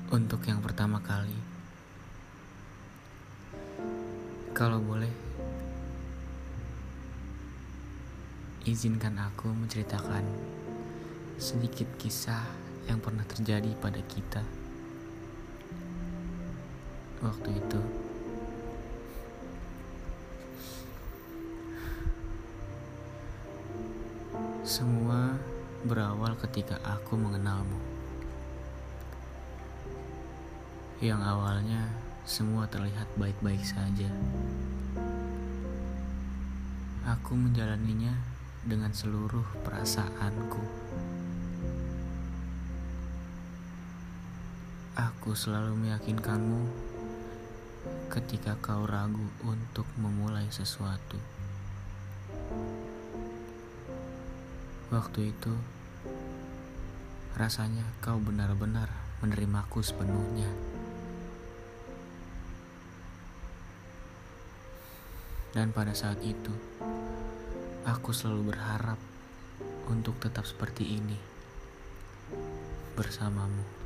Untuk yang pertama kali, kalau boleh, izinkan aku menceritakan sedikit kisah yang pernah terjadi pada kita. Waktu itu, semua berawal ketika aku mengenalmu. Yang awalnya semua terlihat baik-baik saja. Aku menjalaninya dengan seluruh perasaanku. Aku selalu meyakinkanmu ketika kau ragu untuk memulai sesuatu. Waktu itu, rasanya kau benar-benar menerimaku sepenuhnya. Dan pada saat itu, aku selalu berharap untuk tetap seperti ini bersamamu.